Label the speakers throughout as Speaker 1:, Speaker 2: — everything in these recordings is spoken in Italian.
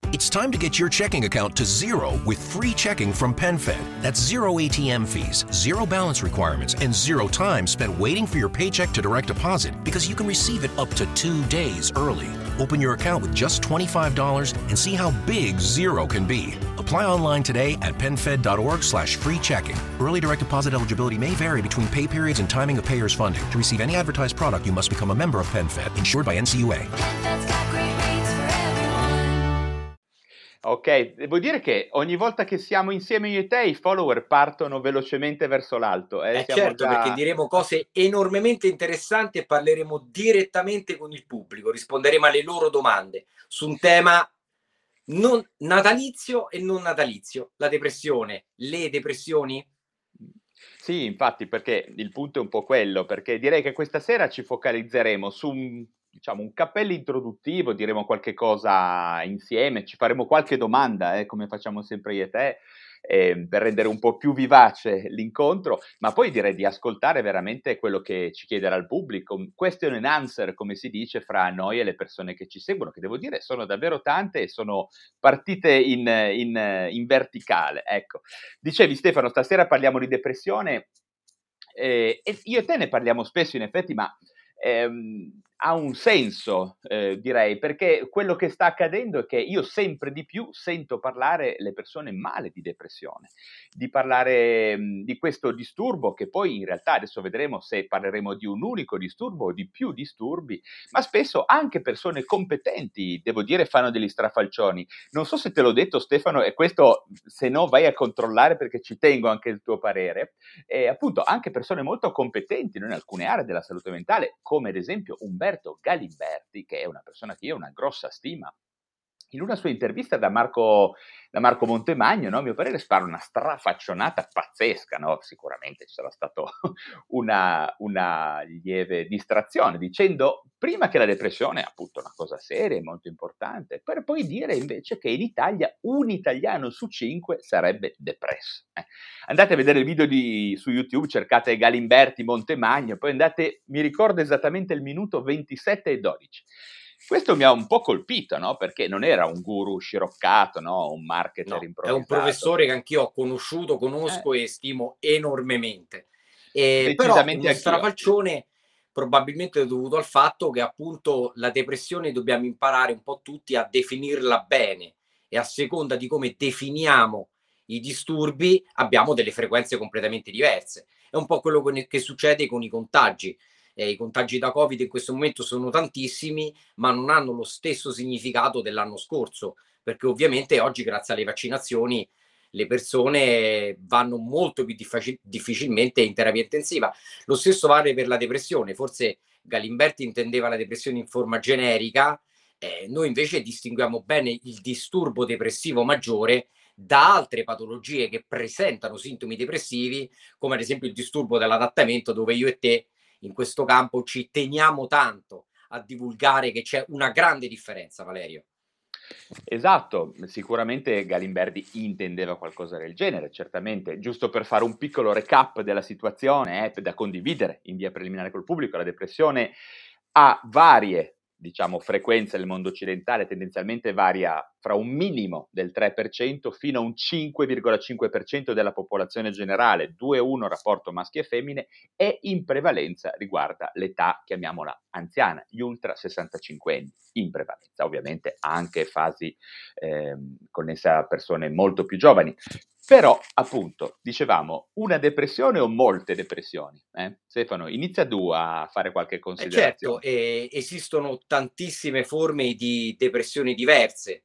Speaker 1: It's time to get your checking account to zero with free checking from PenFed. That's zero ATM fees, zero balance requirements, and zero time spent waiting for your paycheck to direct deposit because you can receive it up to 2 days early. Open your account with just $25 and see how big zero can be. Apply online today at PenFed.org/free checking. Early direct deposit eligibility may vary between pay periods and timing of payers' funding. To receive any advertised product, you must become a member of PenFed, insured by NCUA.
Speaker 2: Ok, devo dire che ogni volta che siamo insieme io e te i follower partono velocemente verso l'alto. Siamo
Speaker 3: certo,
Speaker 2: già...
Speaker 3: perché diremo cose enormemente interessanti e parleremo direttamente con il pubblico, risponderemo alle loro domande su un tema non natalizio e non natalizio, la depressione, le depressioni.
Speaker 2: Sì, infatti, perché il punto è un po' quello, perché direi che questa sera ci focalizzeremo su un cappello introduttivo, diremo qualche cosa insieme, ci faremo qualche domanda, come facciamo sempre io e te, per rendere un po' più vivace l'incontro, ma poi direi di ascoltare veramente quello che ci chiederà il pubblico, question and answer, come si dice, fra noi e le persone che ci seguono, che devo dire sono davvero tante e sono partite in verticale, ecco. Dicevi Stefano, stasera parliamo di depressione e io e te ne parliamo spesso in effetti, ma ha un senso, direi, perché quello che sta accadendo è che io sempre di più sento parlare le persone male di depressione, di parlare di questo disturbo che poi in realtà adesso vedremo se parleremo di un unico disturbo o di più disturbi, ma spesso anche persone competenti, devo dire, fanno degli strafalcioni. Non so se te l'ho detto Stefano, e questo se no vai a controllare perché ci tengo anche il tuo parere, appunto anche persone molto competenti in alcune aree della salute mentale, come ad esempio Umberto Galimberti, che è una persona che io ho una grossa stima. In una sua intervista da Marco Montemagno, no, a mio parere spara una strafaccionata pazzesca, no? Sicuramente ci sarà stato una lieve distrazione, dicendo prima che la depressione è appunto una cosa seria e molto importante, per poi dire invece che in Italia un italiano su 5 sarebbe depresso. Andate a vedere il video su YouTube, cercate Galimberti Montemagno, poi andate, mi ricordo esattamente il minuto 27 e 12. Questo mi ha un po' colpito, no? Perché non era un guru sciroccato, no? Un marketer improvvisato.
Speaker 3: È un professore che anch'io ho conosco e stimo enormemente. Però uno strafalcione probabilmente dovuto al fatto che appunto la depressione dobbiamo imparare un po' tutti a definirla bene e a seconda di come definiamo i disturbi abbiamo delle frequenze completamente diverse. È un po' quello che succede con i contagi. I contagi da Covid in questo momento sono tantissimi, ma non hanno lo stesso significato dell'anno scorso, perché ovviamente oggi, grazie alle vaccinazioni, le persone vanno molto più difficilmente in terapia intensiva. Lo stesso vale per la depressione. Forse Galimberti intendeva la depressione in forma generica, noi invece distinguiamo bene il disturbo depressivo maggiore da altre patologie che presentano sintomi depressivi, come ad esempio il disturbo dell'adattamento, dove io e te in questo campo ci teniamo tanto a divulgare che c'è una grande differenza, Valerio.
Speaker 2: Esatto, sicuramente Galimberti intendeva qualcosa del genere, certamente. Giusto per fare un piccolo recap della situazione, da condividere in via preliminare col pubblico, la depressione ha varie, diciamo, frequenze nel mondo occidentale, tendenzialmente varia fra un minimo del 3% fino a un 5,5% della popolazione generale, 2-1 rapporto maschi e femmine, e in prevalenza riguarda l'età, chiamiamola anziana, gli ultra 65 anni, in prevalenza, ovviamente anche fasi connesse a persone molto più giovani. Però, appunto, dicevamo, una depressione o molte depressioni? Stefano, inizia tu a fare qualche considerazione.
Speaker 3: Certo, esistono tantissime forme di depressioni diverse.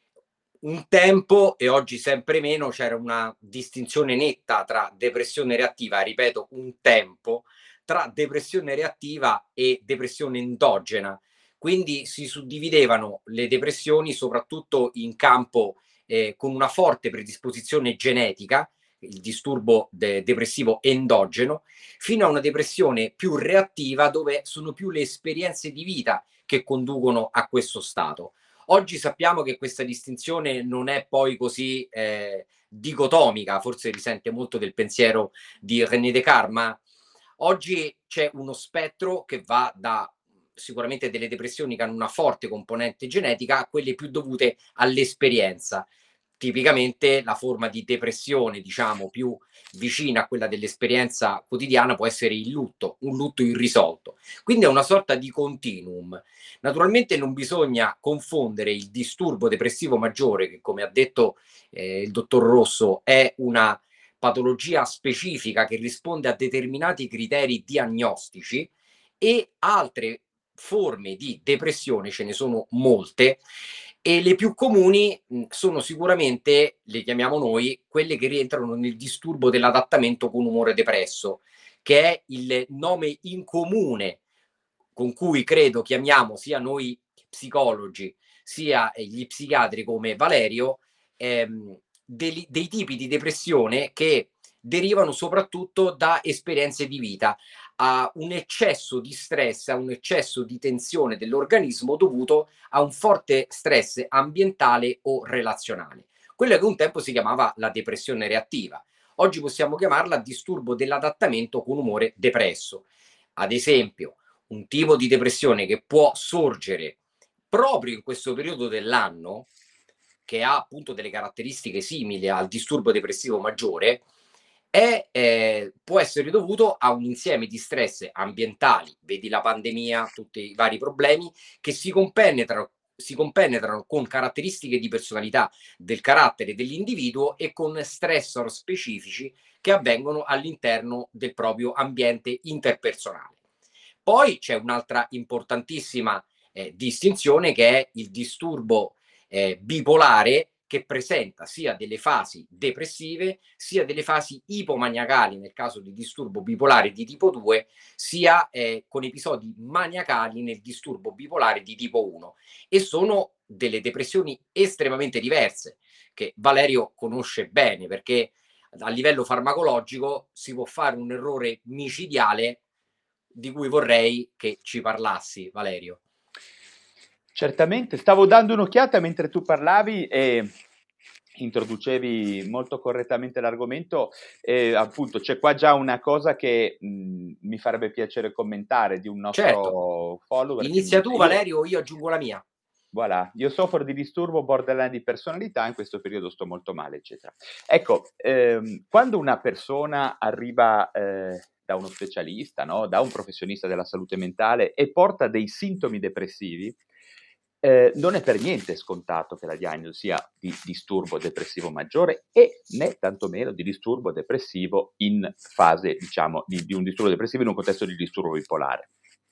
Speaker 3: Un tempo, e oggi sempre meno, c'era una distinzione netta tra depressione reattiva, ripeto, un tempo, tra depressione reattiva e depressione endogena. Quindi si suddividevano le depressioni soprattutto in campo con una forte predisposizione genetica, il disturbo depressivo endogeno, fino a una depressione più reattiva dove sono più le esperienze di vita che conducono a questo stato. Oggi sappiamo che questa distinzione non è poi così dicotomica, forse risente molto del pensiero di René Descartes, ma oggi c'è uno spettro che va da sicuramente delle depressioni che hanno una forte componente genetica, a quelle più dovute all'esperienza. Tipicamente la forma di depressione, diciamo, più vicina a quella dell'esperienza quotidiana può essere il lutto, un lutto irrisolto. Quindi è una sorta di continuum. Naturalmente non bisogna confondere il disturbo depressivo maggiore, che come ha detto il dottor Rosso è una patologia specifica che risponde a determinati criteri diagnostici, e altre forme di depressione, ce ne sono molte, e le più comuni sono sicuramente, le chiamiamo noi, quelle che rientrano nel disturbo dell'adattamento con umore depresso, che è il nome in comune con cui credo chiamiamo sia noi psicologi sia gli psichiatri come Valerio, dei tipi di depressione che derivano soprattutto da esperienze di vita, a un eccesso di stress, a un eccesso di tensione dell'organismo dovuto a un forte stress ambientale o relazionale. Quello che un tempo si chiamava la depressione reattiva. Oggi possiamo chiamarla disturbo dell'adattamento con umore depresso. Ad esempio, un tipo di depressione che può sorgere proprio in questo periodo dell'anno, che ha appunto delle caratteristiche simili al disturbo depressivo maggiore, può essere dovuto a un insieme di stress ambientali, vedi la pandemia, tutti i vari problemi, che si compenetrano con caratteristiche di personalità del carattere dell'individuo e con stressor specifici che avvengono all'interno del proprio ambiente interpersonale. Poi c'è un'altra importantissima distinzione, che è il disturbo bipolare, che presenta sia delle fasi depressive, sia delle fasi ipomaniacali nel caso di disturbo bipolare di tipo 2, sia con episodi maniacali nel disturbo bipolare di tipo 1. E sono delle depressioni estremamente diverse, che Valerio conosce bene, perché a livello farmacologico si può fare un errore micidiale di cui vorrei che ci parlassi, Valerio.
Speaker 2: Certamente, stavo dando un'occhiata mentre tu parlavi e introducevi molto correttamente l'argomento, e appunto c'è qua già una cosa che mi farebbe piacere commentare di un nostro follower.
Speaker 3: Inizia tu, Valerio, io aggiungo la mia.
Speaker 2: Voilà, io soffro di disturbo borderline di personalità, in questo periodo sto molto male, eccetera. Ecco, quando una persona arriva da uno specialista, no? Da un professionista della salute mentale e porta dei sintomi depressivi, non è per niente scontato che la diagnosi sia di disturbo depressivo maggiore e né tantomeno di disturbo depressivo in fase, diciamo, di un disturbo depressivo in un contesto di disturbo bipolare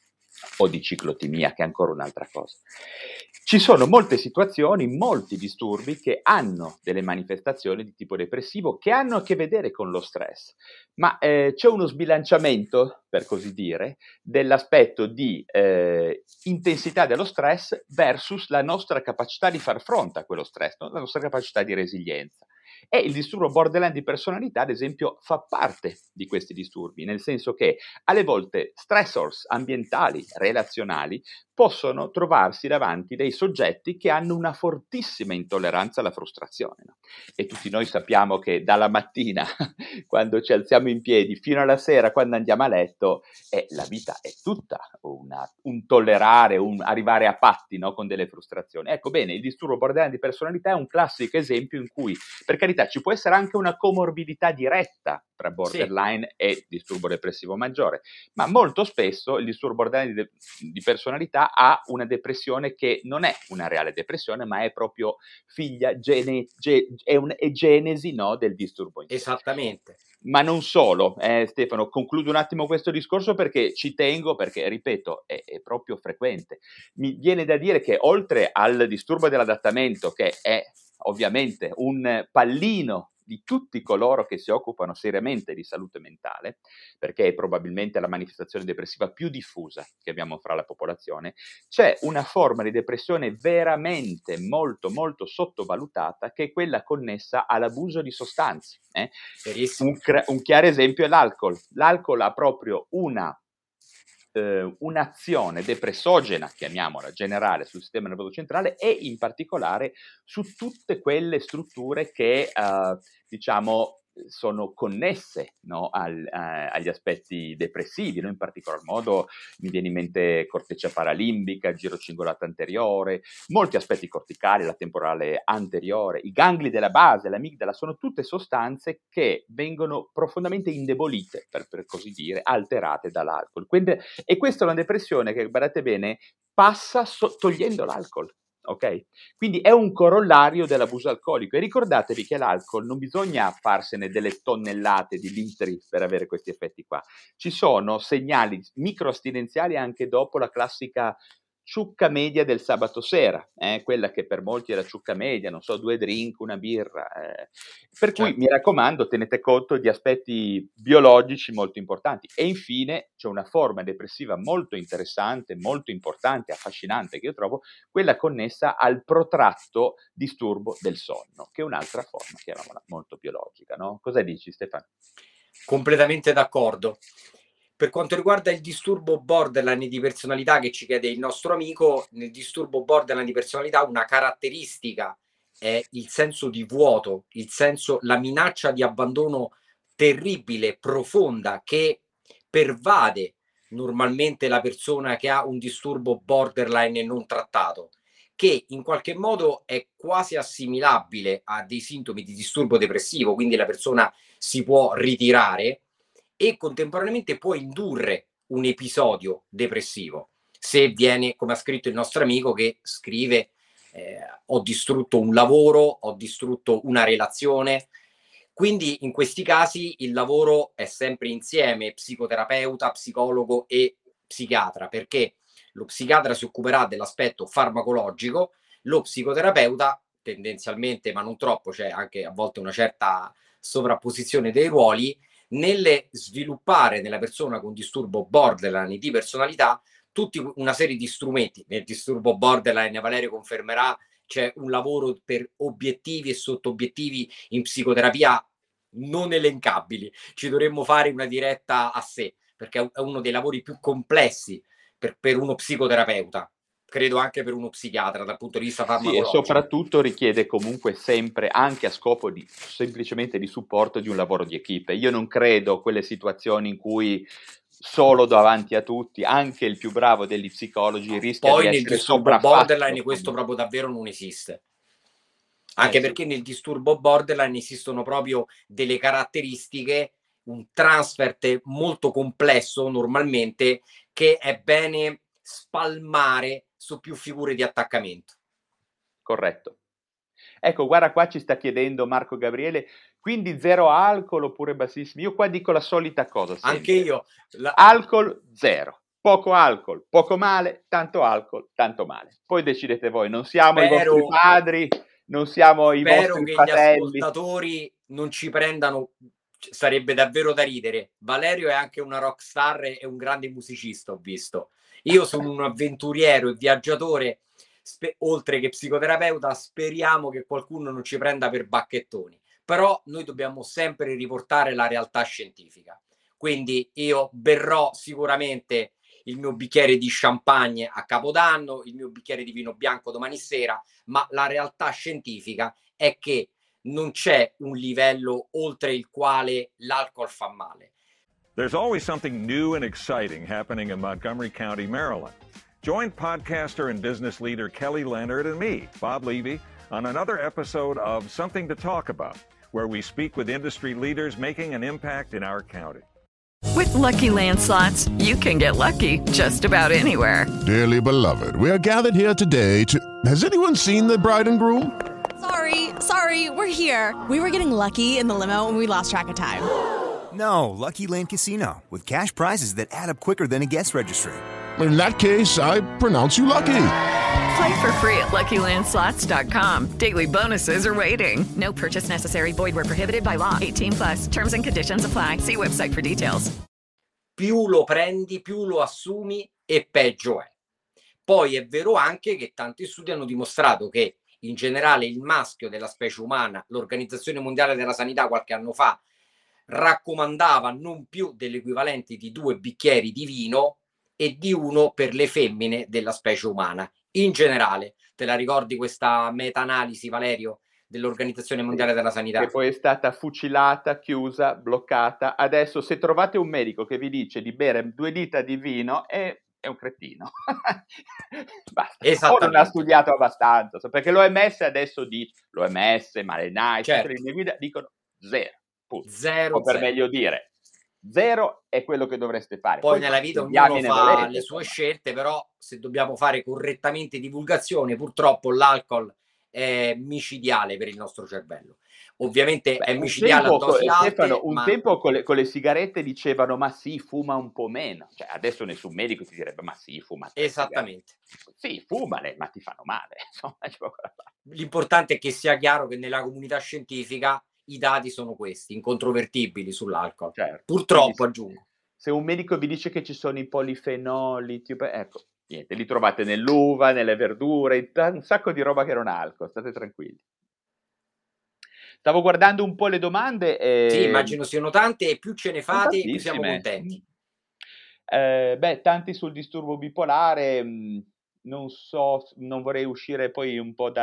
Speaker 2: o di ciclotimia, che è ancora un'altra cosa. Ci sono molte situazioni, molti disturbi che hanno delle manifestazioni di tipo depressivo che hanno a che vedere con lo stress, ma c'è uno sbilanciamento, per così dire, dell'aspetto di intensità dello stress versus la nostra capacità di far fronte a quello stress, no? La nostra capacità di resilienza. E il disturbo borderline di personalità, ad esempio, fa parte di questi disturbi, nel senso che alle volte stressors ambientali, relazionali, possono trovarsi davanti dei soggetti che hanno una fortissima intolleranza alla frustrazione. No? E tutti noi sappiamo che dalla mattina, quando ci alziamo in piedi, fino alla sera, quando andiamo a letto, la vita è tutta un tollerare, un arrivare a patti, no? Con delle frustrazioni. Ecco, bene, il disturbo borderline di personalità è un classico esempio in cui, per carità, ci può essere anche una comorbidità diretta tra borderline e disturbo depressivo maggiore, ma molto spesso il disturbo borderline di personalità ha una depressione che non è una reale depressione, ma è proprio figlia, è genesi, no, del disturbo in sé.
Speaker 3: Esattamente.
Speaker 2: Ma non solo, Stefano, concludo un attimo questo discorso perché ci tengo, perché, ripeto, è proprio frequente. Mi viene da dire che oltre al disturbo dell'adattamento, che è ovviamente un pallino di tutti coloro che si occupano seriamente di salute mentale, perché è probabilmente la manifestazione depressiva più diffusa che abbiamo fra la popolazione, c'è una forma di depressione veramente molto molto sottovalutata, che è quella connessa all'abuso di sostanze. Un chiaro esempio è l'alcol. L'alcol ha proprio un'azione depressogena, chiamiamola generale, sul sistema nervoso centrale e in particolare su tutte quelle strutture che diciamo sono connesse, no, agli aspetti depressivi, no? In particolar modo mi viene in mente corteccia paralimbica, il giro cingolato anteriore, molti aspetti corticali, la temporale anteriore, i gangli della base, l'amigdala, sono tutte sostanze che vengono profondamente indebolite, per così dire, alterate dall'alcol. Quindi, e questa è una depressione che, guardate bene, passa togliendo l'alcol. Ok? Quindi è un corollario dell'abuso alcolico, e ricordatevi che l'alcol non bisogna farsene delle tonnellate di litri per avere questi effetti qua. Ci sono segnali microastinenziali anche dopo la classica ciucca media del sabato sera, quella che per molti è la ciucca media, non so, 2 drink, una birra. Per cui mi raccomando, tenete conto di aspetti biologici molto importanti. E infine c'è una forma depressiva molto interessante, molto importante, affascinante, che io trovo, quella connessa al protratto disturbo del sonno, che è un'altra forma, chiamiamola, molto biologica, no? Cosa dici, Stefano?
Speaker 3: Completamente d'accordo. Per quanto riguarda il disturbo borderline di personalità che ci chiede il nostro amico, nel disturbo borderline di personalità una caratteristica è il senso di vuoto, la minaccia di abbandono terribile, profonda, che pervade normalmente la persona che ha un disturbo borderline non trattato, che in qualche modo è quasi assimilabile a dei sintomi di disturbo depressivo, quindi la persona si può ritirare e contemporaneamente può indurre un episodio depressivo. Se viene, come ha scritto il nostro amico che scrive, ho distrutto un lavoro, ho distrutto una relazione. Quindi in questi casi il lavoro è sempre insieme, psicoterapeuta, psicologo e psichiatra, perché lo psichiatra si occuperà dell'aspetto farmacologico, lo psicoterapeuta tendenzialmente, ma non troppo, c'è anche a volte una certa sovrapposizione dei ruoli, nelle sviluppare nella persona con disturbo borderline di personalità tutta una serie di strumenti. Nel disturbo borderline, Valerio confermerà, c'è un lavoro per obiettivi e sottobiettivi in psicoterapia non elencabili. Ci dovremmo fare una diretta a sé, perché è uno dei lavori più complessi per uno psicoterapeuta, credo anche per uno psichiatra dal punto di vista farmacologico.
Speaker 2: Sì, e soprattutto richiede comunque sempre, anche a scopo di semplicemente di supporto, di un lavoro di equipe. Io non credo a quelle situazioni in cui solo davanti a tutti, anche il più bravo degli psicologi rischia
Speaker 3: poi
Speaker 2: di essere sopraffatto.
Speaker 3: Poi nel disturbo borderline questo proprio davvero non esiste. Anche perché nel disturbo borderline esistono proprio delle caratteristiche, un transfert molto complesso normalmente, che è bene spalmare su più figure di attaccamento.
Speaker 2: Corretto. Ecco, guarda, qua ci sta chiedendo Marco Gabriele, quindi 0 alcol oppure bassissimi? Io qua dico la solita cosa sempre.
Speaker 3: Anche io.
Speaker 2: Alcol 0. Poco alcol, poco male, tanto alcol, tanto male. Poi decidete voi, non siamo i vostri padri, non siamo i vostri fratelli.
Speaker 3: Spero che gli ascoltatori non ci prendano, sarebbe davvero da ridere. Valerio è anche una rockstar e un grande musicista, ho visto. Io sono un avventuriero e viaggiatore, oltre che psicoterapeuta. Speriamo che qualcuno non ci prenda per bacchettoni. Però noi dobbiamo sempre riportare la realtà scientifica. Quindi io berrò sicuramente il mio bicchiere di champagne a Capodanno, il mio bicchiere di vino bianco domani sera, ma la realtà scientifica è che non c'è un livello oltre il quale l'alcol fa male.
Speaker 4: There's always something new and exciting happening in Montgomery County, Maryland. Join podcaster and business leader Kelly Leonard and me, Bob Levy, on another episode of Something to Talk About, where we speak with industry leaders making an impact in our county.
Speaker 5: With Lucky Land Slots, you can get lucky just about anywhere.
Speaker 6: Dearly beloved, we are gathered here today to... Has anyone seen the bride and groom?
Speaker 7: Sorry, we're here. We were getting lucky in the limo and we lost track of time.
Speaker 8: No, Lucky Land Casino, with cash prizes that add up quicker than a guest registry.
Speaker 6: In that case, I pronounce you lucky.
Speaker 5: Play for free at LuckyLandSlots.com. Daily bonuses are waiting. No purchase necessary. Void where prohibited by law. 18+. Terms and conditions apply. See website for details.
Speaker 3: Più lo prendi, più lo assumi e peggio è. Poi è vero anche che tanti studi hanno dimostrato che in generale il maschio della specie umana, l'Organizzazione Mondiale della Sanità qualche anno fa raccomandava non più dell'equivalente di 2 bicchieri di vino e di 1 per le femmine della specie umana. In generale, te la ricordi questa meta-analisi, Valerio, dell'Organizzazione Mondiale della Sanità.
Speaker 2: Che poi è stata fucilata, chiusa, bloccata. Adesso se trovate un medico che vi dice di bere 2 dita di vino è un cretino. Basta. O non ha studiato abbastanza, perché l'OMS adesso dice, l'OMS, ma le NICE, tutte le linee guida dicono 0. Punto.
Speaker 3: Zero,
Speaker 2: o per meglio dire 0 è quello che dovreste fare.
Speaker 3: Poi nella vita ognuno fa le sue scelte, però se dobbiamo fare correttamente divulgazione, purtroppo l'alcol è micidiale per il nostro cervello. Ovviamente è micidiale a dosi alte.
Speaker 2: Stefano, un tempo con le sigarette dicevano ma sì, fuma un po' meno. Cioè, adesso nessun medico ti direbbe ma sì, fuma.
Speaker 3: Esattamente.
Speaker 2: Sì, fumale, ma ti fanno male. Insomma,
Speaker 3: l'importante è che sia chiaro che nella comunità scientifica i dati sono questi, incontrovertibili sull'alcol.
Speaker 2: Certo.
Speaker 3: Purtroppo, quindi, aggiungo.
Speaker 2: Se un medico vi dice che ci sono i polifenoli, ecco, niente, li trovate nell'uva, nelle verdure, un sacco di roba che non ha alcol, state tranquilli. Stavo guardando un po' le domande.
Speaker 3: Sì, immagino siano tante e più ce ne fate più siamo contenti.
Speaker 2: Tanti sul disturbo bipolare, non so, non vorrei uscire poi un po'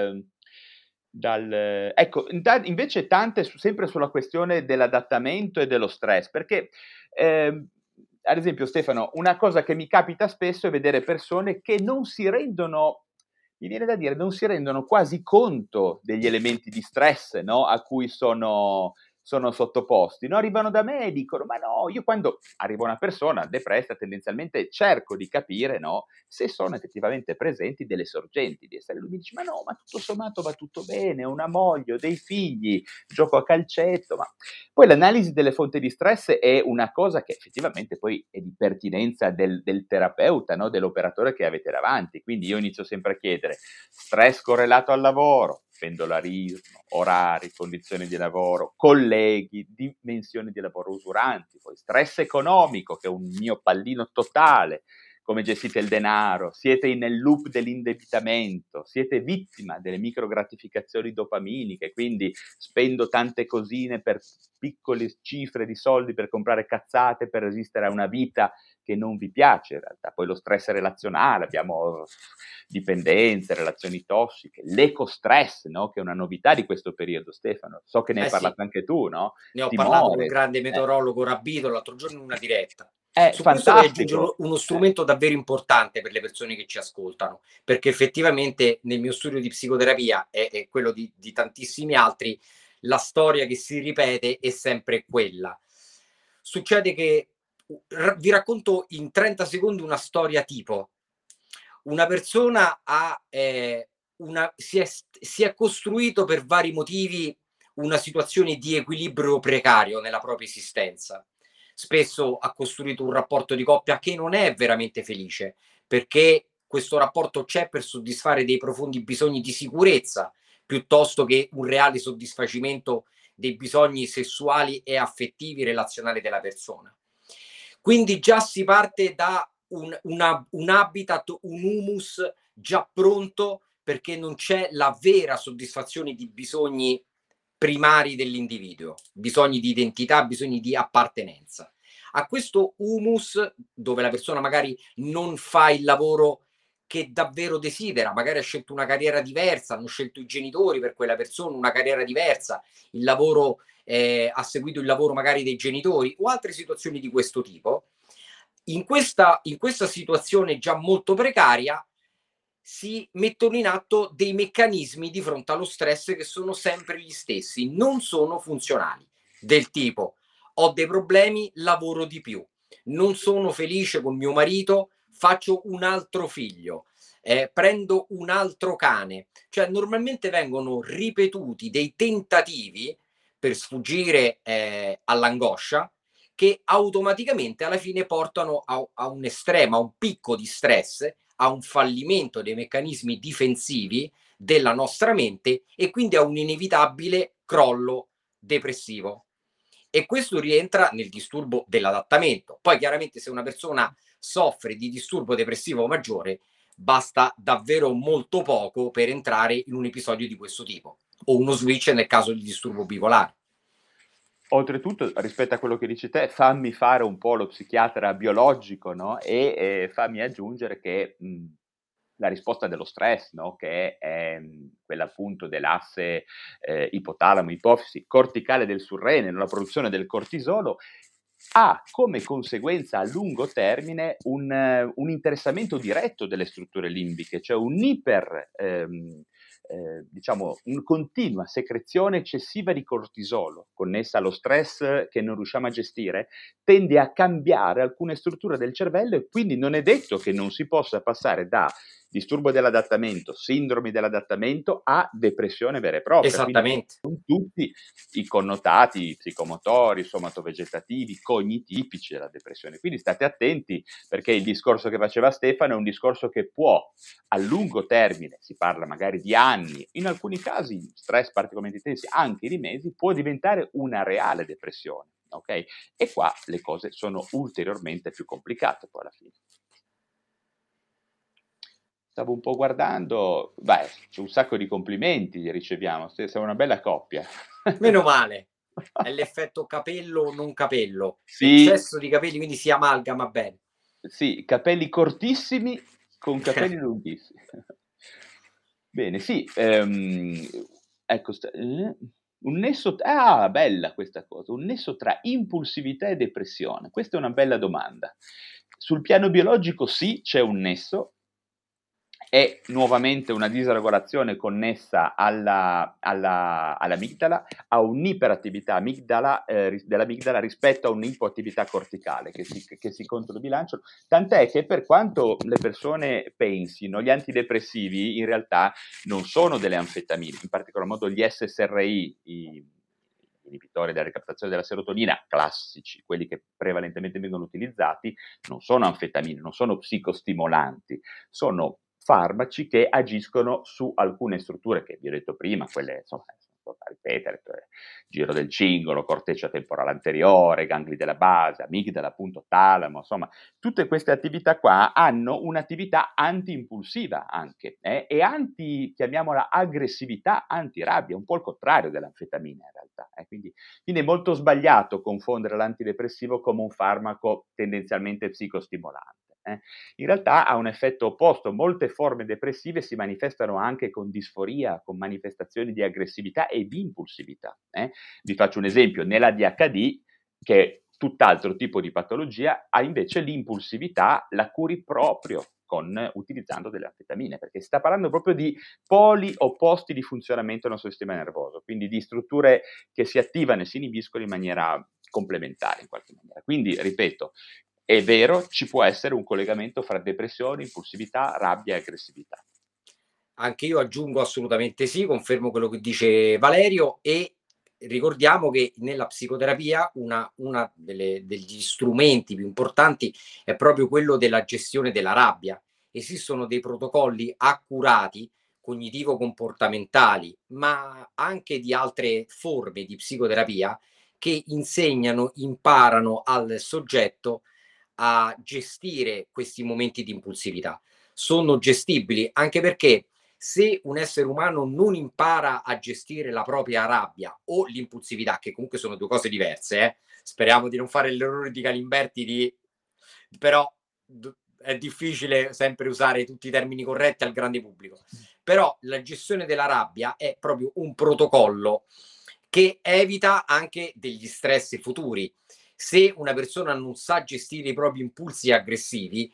Speaker 2: ecco, invece tante sempre sulla questione dell'adattamento e dello stress, perché ad esempio Stefano, una cosa che mi capita spesso è vedere persone che non si rendono, mi viene da dire, non si rendono quasi conto degli elementi di stress, no? A cui sono sottoposti, no? Arrivano da me e dicono ma no, io quando arriva una persona depressa tendenzialmente cerco di capire, no, se sono effettivamente presenti delle sorgenti di essere. Lui mi dice ma no, ma tutto sommato va tutto bene, ho una moglie, ho dei figli, gioco a calcetto, ma poi l'analisi delle fonti di stress è una cosa che effettivamente poi è di pertinenza del terapeuta, no? Dell'operatore che avete davanti, quindi io inizio sempre a chiedere stress correlato al lavoro, pendolarismo, orari, condizioni di lavoro, colleghi, dimensioni di lavoro usuranti, poi stress economico che è un mio pallino totale, come gestite il denaro, siete nel loop dell'indebitamento, siete vittima delle microgratificazioni dopaminiche, quindi spendo tante cosine per piccole cifre di soldi per comprare cazzate, per resistere a una vita che non vi piace in realtà. Poi lo stress relazionale, abbiamo dipendenze, relazioni tossiche, l'ecostress, no? Che è una novità di questo periodo, Stefano. So che ne hai parlato anche tu, no?
Speaker 3: Ne ho parlato con il grande meteorologo Rabito l'altro giorno in una diretta. Su questo voglio aggiungere uno strumento davvero importante per le persone che ci ascoltano, perché effettivamente nel mio studio di psicoterapia e quello di tantissimi altri, la storia che si ripete è sempre quella. Succede che, vi racconto in 30 secondi una storia tipo. Una persona si è costruito per vari motivi una situazione di equilibrio precario nella propria esistenza. Spesso ha costruito un rapporto di coppia che non è veramente felice, perché questo rapporto c'è per soddisfare dei profondi bisogni di sicurezza, piuttosto che un reale soddisfacimento dei bisogni sessuali e affettivi relazionali della persona. Quindi già si parte da un habitat, un humus già pronto, perché non c'è la vera soddisfazione di bisogni primari dell'individuo, bisogni di identità, bisogni di appartenenza. A questo humus, dove la persona magari non fa il lavoro che davvero desidera, magari ha scelto una carriera diversa, hanno scelto i genitori per quella persona una carriera diversa, il lavoro ha seguito il lavoro magari dei genitori o altre situazioni di questo tipo. In questa situazione già molto precaria si mettono in atto dei meccanismi di fronte allo stress che sono sempre gli stessi, non sono funzionali, del tipo ho dei problemi, lavoro di più, non sono felice con mio marito, faccio un altro figlio, prendo un altro cane. Cioè normalmente vengono ripetuti dei tentativi per sfuggire all'angoscia, che automaticamente alla fine portano a un estremo, a un picco di stress, a un fallimento dei meccanismi difensivi della nostra mente e quindi a un inevitabile crollo depressivo. E questo rientra nel disturbo dell'adattamento. Poi chiaramente se una persona soffre di disturbo depressivo maggiore, basta davvero molto poco per entrare in un episodio di questo tipo, o uno switch nel caso di disturbo bipolare.
Speaker 2: Oltretutto, rispetto a quello che dici te, fammi fare un po' lo psichiatra biologico, no? E fammi aggiungere che la risposta dello stress, no? Che è quella appunto dell'asse ipotalamo, ipofisi, corticale del surrene, la produzione del cortisolo, ha come conseguenza a lungo termine un interessamento diretto delle strutture limbiche, cioè diciamo, una continua secrezione eccessiva di cortisolo connessa allo stress che non riusciamo a gestire, tende a cambiare alcune strutture del cervello e quindi non è detto che non si possa passare da disturbo dell'adattamento, sindromi dell'adattamento a depressione vera e propria.
Speaker 3: Esattamente.
Speaker 2: Con tutti i connotati psicomotori, somatovegetativi, cognitipici della depressione. Quindi state attenti, perché il discorso che faceva Stefano è un discorso che può a lungo termine, si parla magari di anni, in alcuni casi stress particolarmente intensi, anche di mesi, può diventare una reale depressione. Ok? E qua le cose sono ulteriormente più complicate poi alla fine. Stavo un po' guardando, c'è un sacco di complimenti riceviamo, siamo una bella coppia.
Speaker 3: Meno male, è l'effetto capello non capello,
Speaker 2: sì.
Speaker 3: Eccesso di capelli, quindi si amalgama bene.
Speaker 2: Sì, capelli cortissimi con capelli lunghissimi. Bene, sì, ecco, un nesso, bella questa cosa, un nesso tra impulsività e depressione. Questa è una bella domanda. Sul piano biologico sì, c'è un nesso, è nuovamente una disregolazione connessa all'amigdala, a un'iperattività dell'amigdala rispetto a un'ipoattività corticale che si controbilanciano, tant'è che per quanto le persone pensino, gli antidepressivi in realtà non sono delle anfetamine, in particolar modo gli SSRI, gli inibitori della ricaptazione della serotonina classici, quelli che prevalentemente vengono utilizzati, non sono anfetamine, non sono psicostimolanti, sono farmaci che agiscono su alcune strutture che vi ho detto prima, quelle insomma, a ripetere, giro del cingolo, corteccia temporale anteriore, gangli della base, amigdala, appunto talamo, insomma, tutte queste attività qua hanno un'attività anti-impulsiva anche, e chiamiamola aggressività, antirabbia, un po' il contrario dell'anfetamina in realtà, quindi è molto sbagliato confondere l'antidepressivo come un farmaco tendenzialmente psicostimolante. In realtà ha un effetto opposto, molte forme depressive si manifestano anche con disforia, con manifestazioni di aggressività e di impulsività. Vi faccio un esempio, nell'ADHD, che è tutt'altro tipo di patologia, ha invece l'impulsività, la curi proprio utilizzando delle anfetamine, perché si sta parlando proprio di poli opposti di funzionamento del nostro sistema nervoso, quindi di strutture che si attivano e si inibiscono in maniera complementare in qualche maniera. Quindi, ripeto, è vero, ci può essere un collegamento fra depressione, impulsività, rabbia e aggressività.
Speaker 3: Anche io aggiungo assolutamente sì, confermo quello che dice Valerio e ricordiamo che nella psicoterapia una degli strumenti più importanti è proprio quello della gestione della rabbia. Esistono dei protocolli accurati, cognitivo-comportamentali, ma anche di altre forme di psicoterapia che imparano al soggetto a gestire questi momenti di impulsività. Sono gestibili anche perché se un essere umano non impara a gestire la propria rabbia o l'impulsività, che comunque sono due cose diverse, speriamo di non fare l'errore di Galimberti, però è difficile sempre usare tutti i termini corretti al grande pubblico. Però la gestione della rabbia è proprio un protocollo che evita anche degli stress futuri. Se una persona non sa gestire i propri impulsi aggressivi,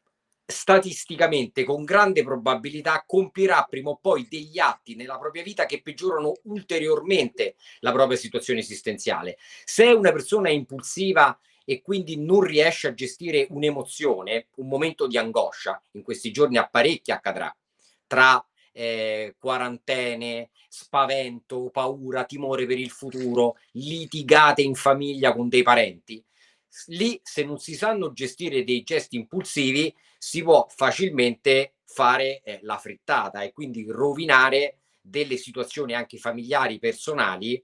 Speaker 3: statisticamente con grande probabilità compirà prima o poi degli atti nella propria vita che peggiorano ulteriormente la propria situazione esistenziale. Se una persona è impulsiva e quindi non riesce a gestire un'emozione, un momento di angoscia, in questi giorni a parecchi accadrà, tra quarantene, spavento, paura, timore per il futuro, litigate in famiglia con dei parenti, lì se non si sanno gestire dei gesti impulsivi si può facilmente fare la frittata e quindi rovinare delle situazioni anche familiari, personali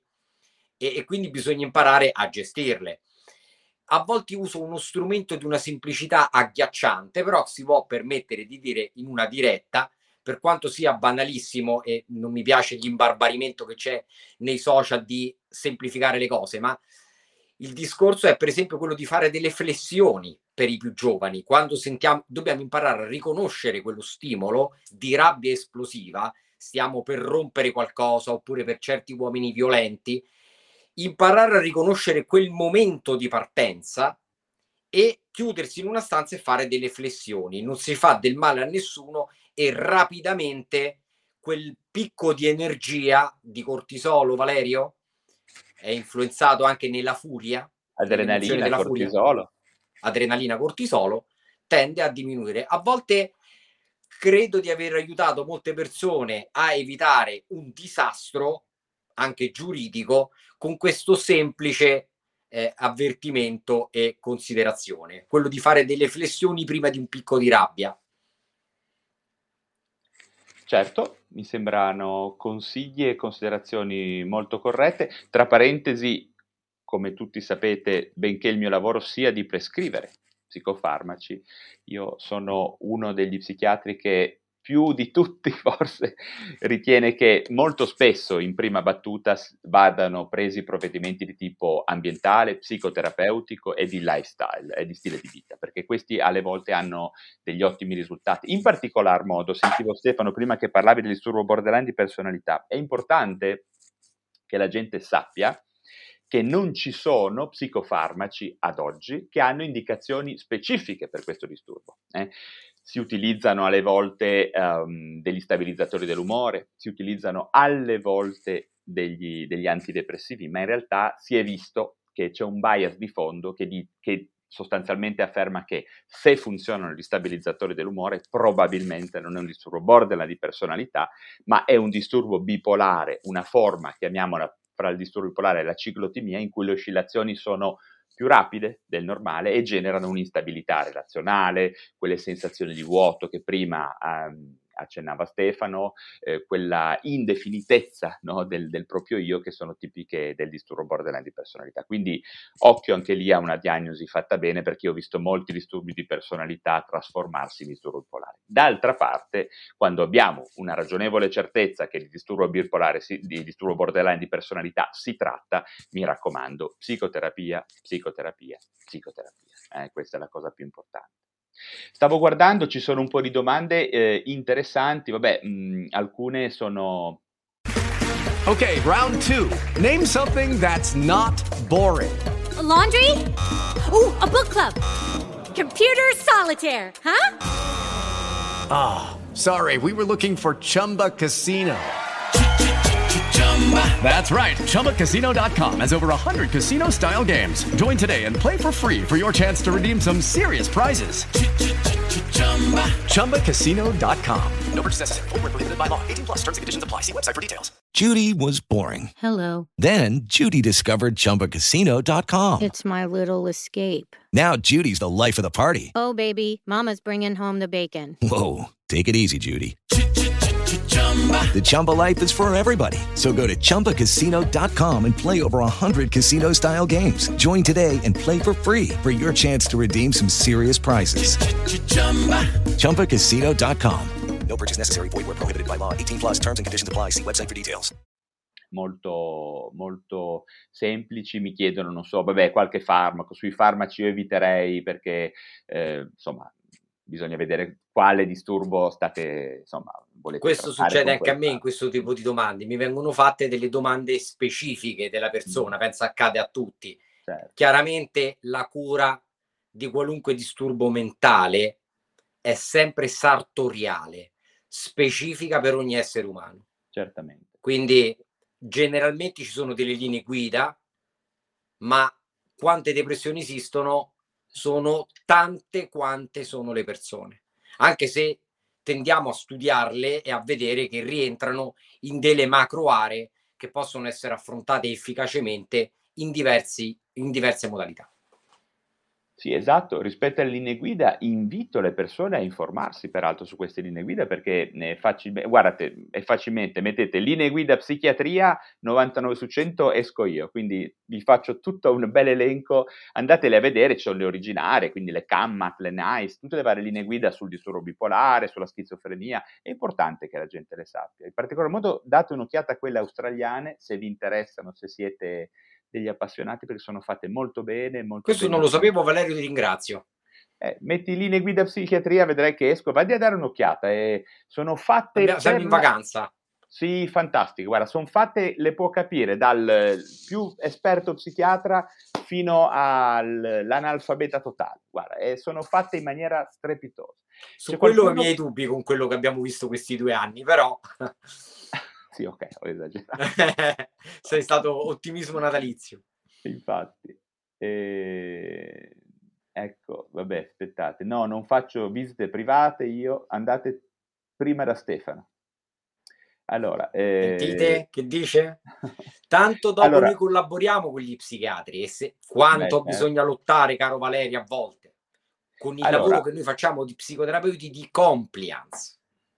Speaker 3: e quindi bisogna imparare a gestirle. A volte uso uno strumento di una semplicità agghiacciante, però si può permettere di dire in una diretta, per quanto sia banalissimo e non mi piace l'imbarbarimento che c'è nei social di semplificare le cose, ma il discorso è per esempio quello di fare delle flessioni per i più giovani. Quando dobbiamo imparare a riconoscere quello stimolo di rabbia esplosiva, stiamo per rompere qualcosa, oppure per certi uomini violenti, imparare a riconoscere quel momento di partenza e chiudersi in una stanza e fare delle flessioni. Non si fa del male a nessuno e rapidamente quel picco di energia di cortisolo, Valerio, è influenzato anche nella furia,
Speaker 2: adrenalina, cortisolo.
Speaker 3: Adrenalina, cortisolo, tende a diminuire. A volte credo di aver aiutato molte persone a evitare un disastro, anche giuridico, con questo semplice avvertimento e considerazione, quello di fare delle flessioni prima di un picco di rabbia.
Speaker 2: Certo, mi sembrano consigli e considerazioni molto corrette. Tra parentesi, come tutti sapete, benché il mio lavoro sia di prescrivere psicofarmaci, io sono uno degli psichiatri che più di tutti forse ritiene che molto spesso in prima battuta vadano presi provvedimenti di tipo ambientale, psicoterapeutico e di lifestyle e di stile di vita, perché questi alle volte hanno degli ottimi risultati. In particolar modo, sentivo Stefano prima che parlavi del disturbo borderline di personalità, è importante che la gente sappia che non ci sono psicofarmaci ad oggi che hanno indicazioni specifiche per questo disturbo. Si utilizzano alle volte degli stabilizzatori dell'umore, si utilizzano alle volte degli antidepressivi, ma in realtà si è visto che c'è un bias di fondo che sostanzialmente afferma che se funzionano gli stabilizzatori dell'umore probabilmente non è un disturbo borderline di personalità, ma è un disturbo bipolare, una forma, chiamiamola fra il disturbo bipolare e la ciclotimia, in cui le oscillazioni sono più rapide del normale e generano un'instabilità relazionale, quelle sensazioni di vuoto che prima accennava Stefano, quella indefinitezza, no, del proprio io, che sono tipiche del disturbo borderline di personalità. Quindi occhio anche lì a una diagnosi fatta bene, perché io ho visto molti disturbi di personalità trasformarsi in disturbo bipolare. D'altra parte, quando abbiamo una ragionevole certezza che di disturbo bipolare, di disturbo borderline di personalità si tratta, mi raccomando, psicoterapia, psicoterapia, psicoterapia. Questa è la cosa più importante. Stavo guardando, ci sono un po' di domande interessanti, vabbè, alcune sono...
Speaker 9: Okay, round 2. Name something that's not boring.
Speaker 10: A laundry? Ooh, a book club. Computer solitaire, huh?
Speaker 9: Ah, sorry, we were looking for Chumba Casino. That's right, ChumbaCasino.com has over 100 casino-style games. Join today and play for free for your chance to redeem some serious prizes. ChumbaCasino.com. No purchase necessary. Void where prohibited by law. 18+ terms and conditions apply. See website for details.
Speaker 11: Judy was boring.
Speaker 12: Hello.
Speaker 11: Then Judy discovered ChumbaCasino.com.
Speaker 12: It's my little escape.
Speaker 11: Now Judy's the life of the party.
Speaker 12: Oh, baby, mama's bringing home the bacon.
Speaker 11: Whoa, take it easy, Judy. The Chumba life is for everybody. So go to ChumbaCasino.com and play over 100 casino-style games. Join today and play for free for your chance to redeem some serious prizes. ChumbaCasino.com.
Speaker 8: No purchase necessary. Void where prohibited by law. 18+ terms and conditions apply. See website for details.
Speaker 2: Molto, molto semplici, mi chiedono, non so, vabbè, qualche farmaco. Sui farmaci io eviterei perché, insomma, bisogna vedere quale disturbo state, insomma, volete.
Speaker 3: Questo succede anche a me in questo tipo di domande. Mi vengono fatte delle domande specifiche della persona, penso accade a tutti.
Speaker 2: Certo.
Speaker 3: Chiaramente la cura di qualunque disturbo mentale è sempre sartoriale, specifica per ogni essere umano.
Speaker 2: Certamente.
Speaker 3: Quindi generalmente ci sono delle linee guida, ma quante depressioni esistono sono tante quante sono le persone, anche se tendiamo a studiarle e a vedere che rientrano in delle macro aree che possono essere affrontate efficacemente in diverse modalità.
Speaker 2: Sì, esatto. Rispetto alle linee guida, invito le persone a informarsi peraltro su queste linee guida, perché guardate, è facilmente, mettete linee guida psichiatria, 99 su 100 esco io, quindi vi faccio tutto un bel elenco, andatele a vedere, ci sono le originarie, quindi le CAMMAT, le NICE, tutte le varie linee guida sul disturbo bipolare, sulla schizofrenia, è importante che la gente le sappia. In particolar modo date un'occhiata a quelle australiane, se vi interessano, se siete degli appassionati perché sono fatte molto bene.
Speaker 3: Questo non lo sapevo, Valerio, ti ringrazio.
Speaker 2: Metti linee guida psichiatria, vedrai che esco, vai a dare un'occhiata. Sono fatte...
Speaker 3: Siamo in vacanza.
Speaker 2: Sì, fantastiche, guarda, sono fatte, le può capire, dal più esperto psichiatra fino all'analfabeta totale, guarda, sono fatte in maniera strepitosa.
Speaker 3: Su quello ho i miei dubbi con quello che abbiamo visto questi 2 anni, però...
Speaker 2: Sì, ok, ho esagerato.
Speaker 3: Sei stato ottimismo natalizio.
Speaker 2: Infatti. Ecco, vabbè, aspettate. No, non faccio visite private io, andate prima da Stefano. Allora,
Speaker 3: sentite che dice? Tanto dopo noi collaboriamo con gli psichiatri e quanto bisogna lottare, caro Valerio, a volte con il lavoro che noi facciamo di psicoterapeuti di compliance,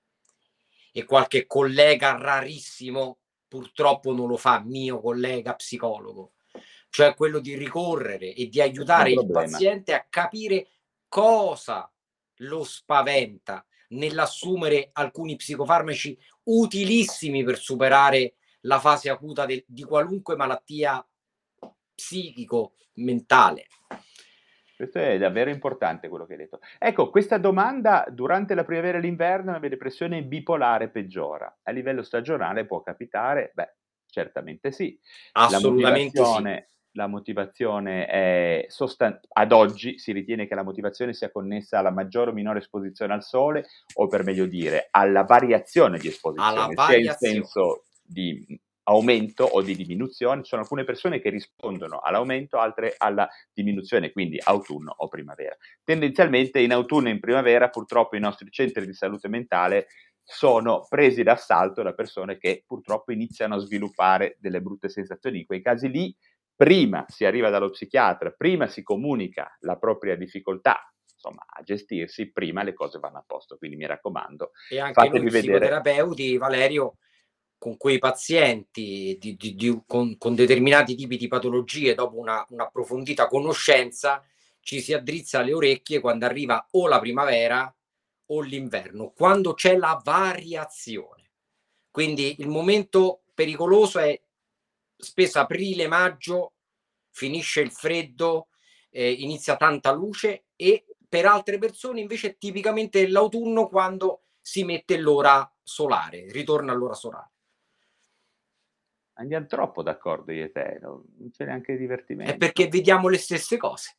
Speaker 3: e qualche collega rarissimo purtroppo non lo fa, mio collega psicologo, cioè quello di ricorrere e di aiutare il paziente a capire cosa lo spaventa nell'assumere alcuni psicofarmaci utilissimi per superare la fase acuta di qualunque malattia psichico-mentale.
Speaker 2: Questo è davvero importante quello che hai detto. Ecco, questa domanda: durante la primavera e l'inverno la mia depressione bipolare peggiora. A livello stagionale può capitare? Beh, certamente sì.
Speaker 3: Assolutamente sì.
Speaker 2: La motivazione è ad oggi si ritiene che la motivazione sia connessa alla maggiore o minore esposizione al sole, o per meglio dire alla variazione di esposizione, sia in senso di aumento o di diminuzione. Ci sono alcune persone che rispondono all'aumento, altre alla diminuzione, quindi autunno o primavera. Tendenzialmente in autunno e in primavera purtroppo i nostri centri di salute mentale sono presi d'assalto da persone che purtroppo iniziano a sviluppare delle brutte sensazioni. In quei casi lì prima si arriva dallo psichiatra, prima si comunica la propria difficoltà, insomma, a gestirsi, prima le cose vanno a posto. Quindi mi raccomando,
Speaker 3: e anche noi psicoterapeuti, Valerio, con quei pazienti con determinati tipi di patologie, dopo un'approfondita conoscenza, ci si addrizza le orecchie quando arriva o la primavera o l'inverno, quando c'è la variazione. Quindi il momento pericoloso è spesso aprile, maggio, finisce il freddo, inizia tanta luce, e per altre persone invece è tipicamente l'autunno, quando si mette l'ora solare, ritorna l'ora solare.
Speaker 2: Andiamo troppo d'accordo io e te, non c'è neanche divertimento.
Speaker 3: È perché vediamo le stesse cose,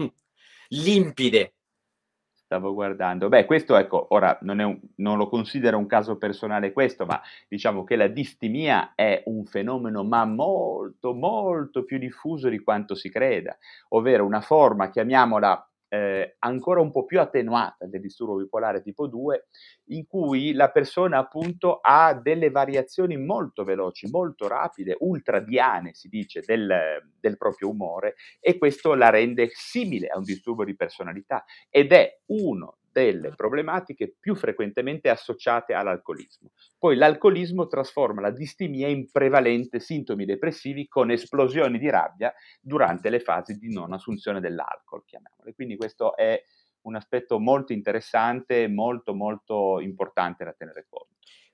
Speaker 3: limpide.
Speaker 2: Stavo guardando. Beh, questo, ecco, ora non lo considero un caso personale questo, ma diciamo che la distimia è un fenomeno ma molto, molto più diffuso di quanto si creda, ovvero una forma, chiamiamola ancora un po' più attenuata del disturbo bipolare tipo 2, in cui la persona appunto ha delle variazioni molto veloci, molto rapide, ultradiane si dice, del proprio umore, e questo la rende simile a un disturbo di personalità, ed è uno delle problematiche più frequentemente associate all'alcolismo. Poi l'alcolismo trasforma la distimia in prevalente sintomi depressivi con esplosioni di rabbia durante le fasi di non assunzione dell'alcol, chiamiamole. Quindi questo è un aspetto molto interessante, molto molto importante da tenere conto.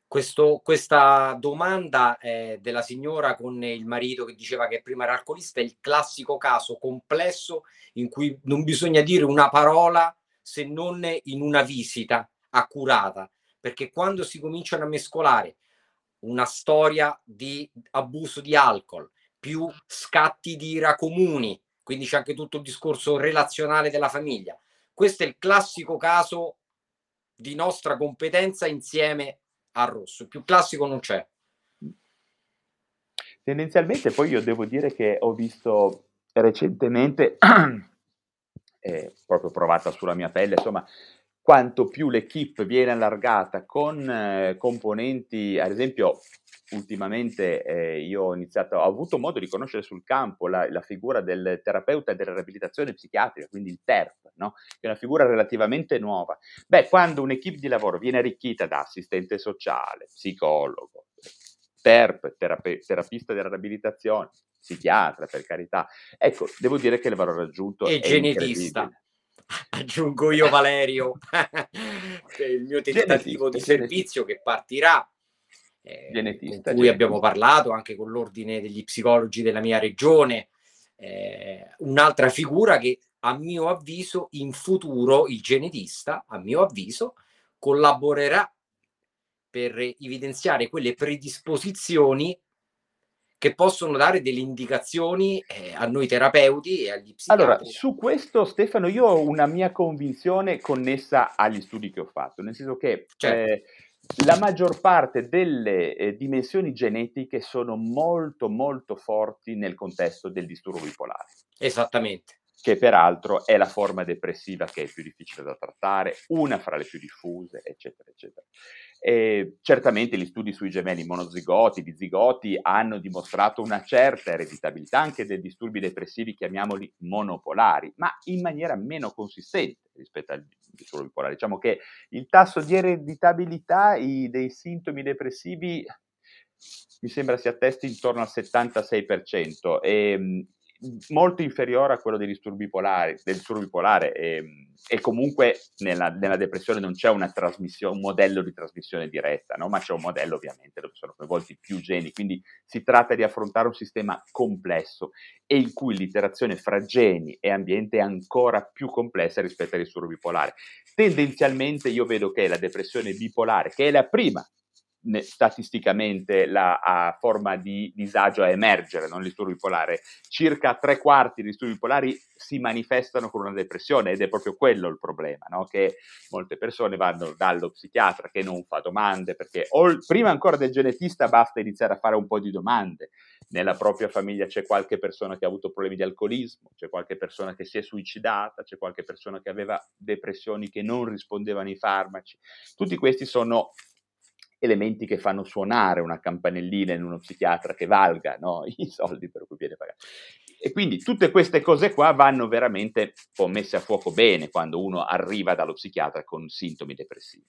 Speaker 3: Questa domanda della signora con il marito che diceva che prima era alcolista è il classico caso complesso in cui non bisogna dire una parola se non in una visita accurata, perché quando si cominciano a mescolare una storia di abuso di alcol più scatti di ira comuni, quindi c'è anche tutto il discorso relazionale della famiglia, questo è il classico caso di nostra competenza insieme al rosso. Il più classico non c'è.
Speaker 2: Tendenzialmente poi io devo dire che ho visto recentemente proprio provata sulla mia pelle, insomma, quanto più l'equipe viene allargata con componenti, ad esempio ultimamente io ho avuto modo di conoscere sul campo la figura del terapeuta della riabilitazione psichiatrica, quindi il TERP, no? Che è una figura relativamente nuova. Beh, quando un'equipe di lavoro viene arricchita da assistente sociale, psicologo, TERP, terapista della riabilitazione, psichiatra, per carità, ecco, devo dire che il valore raggiunto
Speaker 3: è genetista. Aggiungo io, Valerio, il mio tentativo di servizio che partirà, con cui abbiamo parlato anche con l'ordine degli psicologi della mia regione, un'altra figura che a mio avviso in futuro il genetista, a mio avviso, collaborerà per evidenziare quelle predisposizioni che possono dare delle indicazioni a noi terapeuti e agli psichiatri.
Speaker 2: Allora, su questo Stefano io ho una mia convinzione connessa agli studi che ho fatto, nel senso che la maggior parte delle dimensioni genetiche sono molto molto forti nel contesto del disturbo bipolare.
Speaker 3: Esattamente.
Speaker 2: Che peraltro è la forma depressiva che è più difficile da trattare, una fra le più diffuse, eccetera, eccetera. E certamente gli studi sui gemelli monozigoti, bizigoti, hanno dimostrato una certa ereditabilità anche dei disturbi depressivi, chiamiamoli monopolari, ma in maniera meno consistente rispetto al disturbo bipolare. Diciamo che il tasso di ereditabilità dei sintomi depressivi mi sembra si attesti intorno al 76%, e molto inferiore a quello del disturbo bipolare, e comunque nella depressione non c'è un modello di trasmissione diretta, no? Ma c'è un modello ovviamente dove sono coinvolti più geni, quindi si tratta di affrontare un sistema complesso e in cui l'interazione fra geni e ambiente è ancora più complessa rispetto al disturbo bipolare. Tendenzialmente io vedo che la depressione bipolare, che è la prima statisticamente la forma di disagio a emergere, non il disturbo bipolare, circa 3/4 dei disturbi bipolari si manifestano con una depressione, ed è proprio quello il problema, no? Che molte persone vanno dallo psichiatra che non fa domande, perché prima ancora del genetista basta iniziare a fare un po' di domande. Nella propria famiglia c'è qualche persona che ha avuto problemi di alcolismo, c'è qualche persona che si è suicidata, c'è qualche persona che aveva depressioni che non rispondevano ai farmaci. Tutti questi sono elementi che fanno suonare una campanellina in uno psichiatra che valga, no? I soldi per cui viene pagato. E quindi tutte queste cose qua vanno veramente un po' messe a fuoco bene quando uno arriva dallo psichiatra con sintomi depressivi.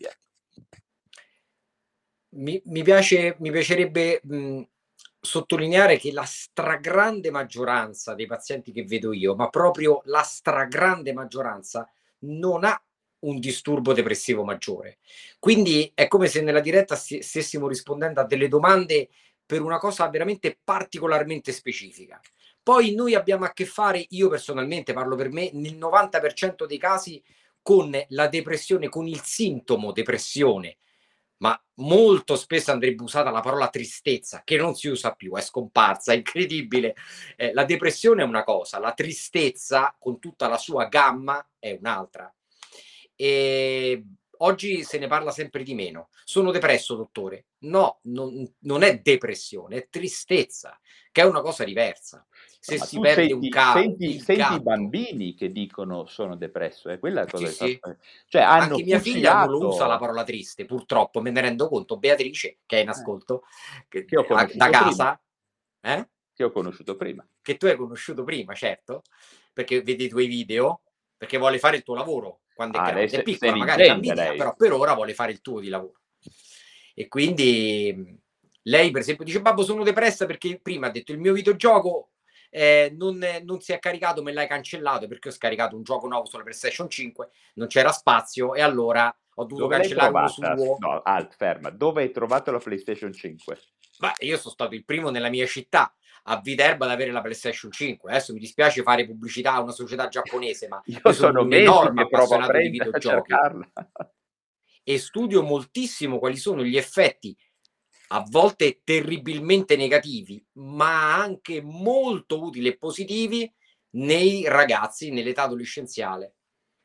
Speaker 3: Mi piacerebbe sottolineare che la stragrande maggioranza dei pazienti che vedo io, ma proprio la stragrande maggioranza, non ha un disturbo depressivo maggiore. Quindi è come se nella diretta stessimo rispondendo a delle domande per una cosa veramente particolarmente specifica. Poi noi abbiamo a che fare, io personalmente parlo per me, nel 90% dei casi con la depressione, con il sintomo depressione, ma molto spesso andrebbe usata la parola tristezza, che non si usa più, è scomparsa, è incredibile. La depressione è una cosa, la tristezza con tutta la sua gamma è un'altra. E oggi se ne parla sempre di meno. Sono depresso, dottore? No, non è depressione, è tristezza, che è una cosa diversa. Se si perde un capo,
Speaker 2: senti i bambini che dicono sono depresso, è quella cosa.
Speaker 3: Sì.
Speaker 2: Cioè,
Speaker 3: anche mia figlia non lo usa la parola triste, purtroppo, me ne rendo conto. Beatrice, che è in ascolto, che
Speaker 2: ho conosciuto
Speaker 3: da casa,
Speaker 2: che ho conosciuto prima.
Speaker 3: Che tu hai conosciuto prima, certo, perché vedi i tuoi video, perché vuole fare il tuo lavoro quando è grande. È piccola, magari cambia, però per ora vuole fare il tuo di lavoro. E quindi lei, per esempio, dice: babbo, sono depressa perché prima ha detto il mio videogioco non si è caricato, me l'hai cancellato perché ho scaricato un gioco nuovo sulla PlayStation 5, non c'era spazio e allora ho dovuto cancellare uno suo.
Speaker 2: No, ferma. Dove hai trovato la PlayStation 5?
Speaker 3: Beh, io sono stato il primo nella mia città a Viterbo ad avere la PlayStation 5. Adesso mi dispiace fare pubblicità a una società giapponese, ma
Speaker 2: io sono un enorme appassionato
Speaker 3: di videogiochi e studio moltissimo quali sono gli effetti, a volte terribilmente negativi, ma anche molto utili e positivi nei ragazzi nell'età adolescenziale.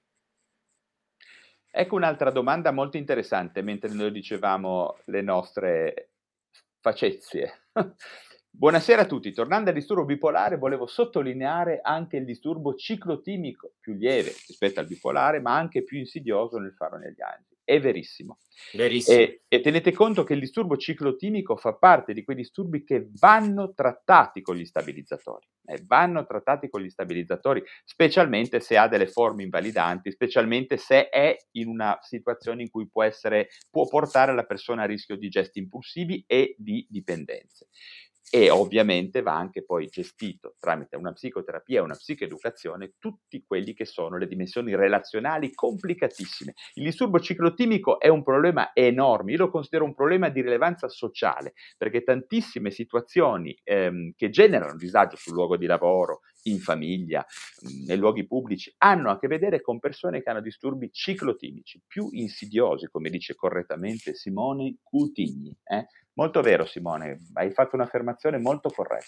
Speaker 2: Ecco un'altra domanda molto interessante mentre noi dicevamo le nostre facezie. Buonasera a tutti, tornando al disturbo bipolare volevo sottolineare anche il disturbo ciclotimico, più lieve rispetto al bipolare ma anche più insidioso nel farlo negli anni. È verissimo. E tenete conto che il disturbo ciclotimico fa parte di quei disturbi che vanno trattati con gli stabilizzatori. Specialmente se ha delle forme invalidanti, specialmente se è in una situazione in cui può portare la persona a rischio di gesti impulsivi e di dipendenze. E ovviamente va anche poi gestito tramite una psicoterapia e una psicoeducazione tutti quelli che sono le dimensioni relazionali complicatissime. Il disturbo ciclotimico è un problema enorme, io lo considero un problema di rilevanza sociale, perché tantissime situazioni che generano disagio sul luogo di lavoro, in famiglia, nei luoghi pubblici, hanno a che vedere con persone che hanno disturbi ciclotimici, più insidiosi, come dice correttamente Simone Cutigni. Molto vero, Simone, hai fatto un'affermazione molto corretta.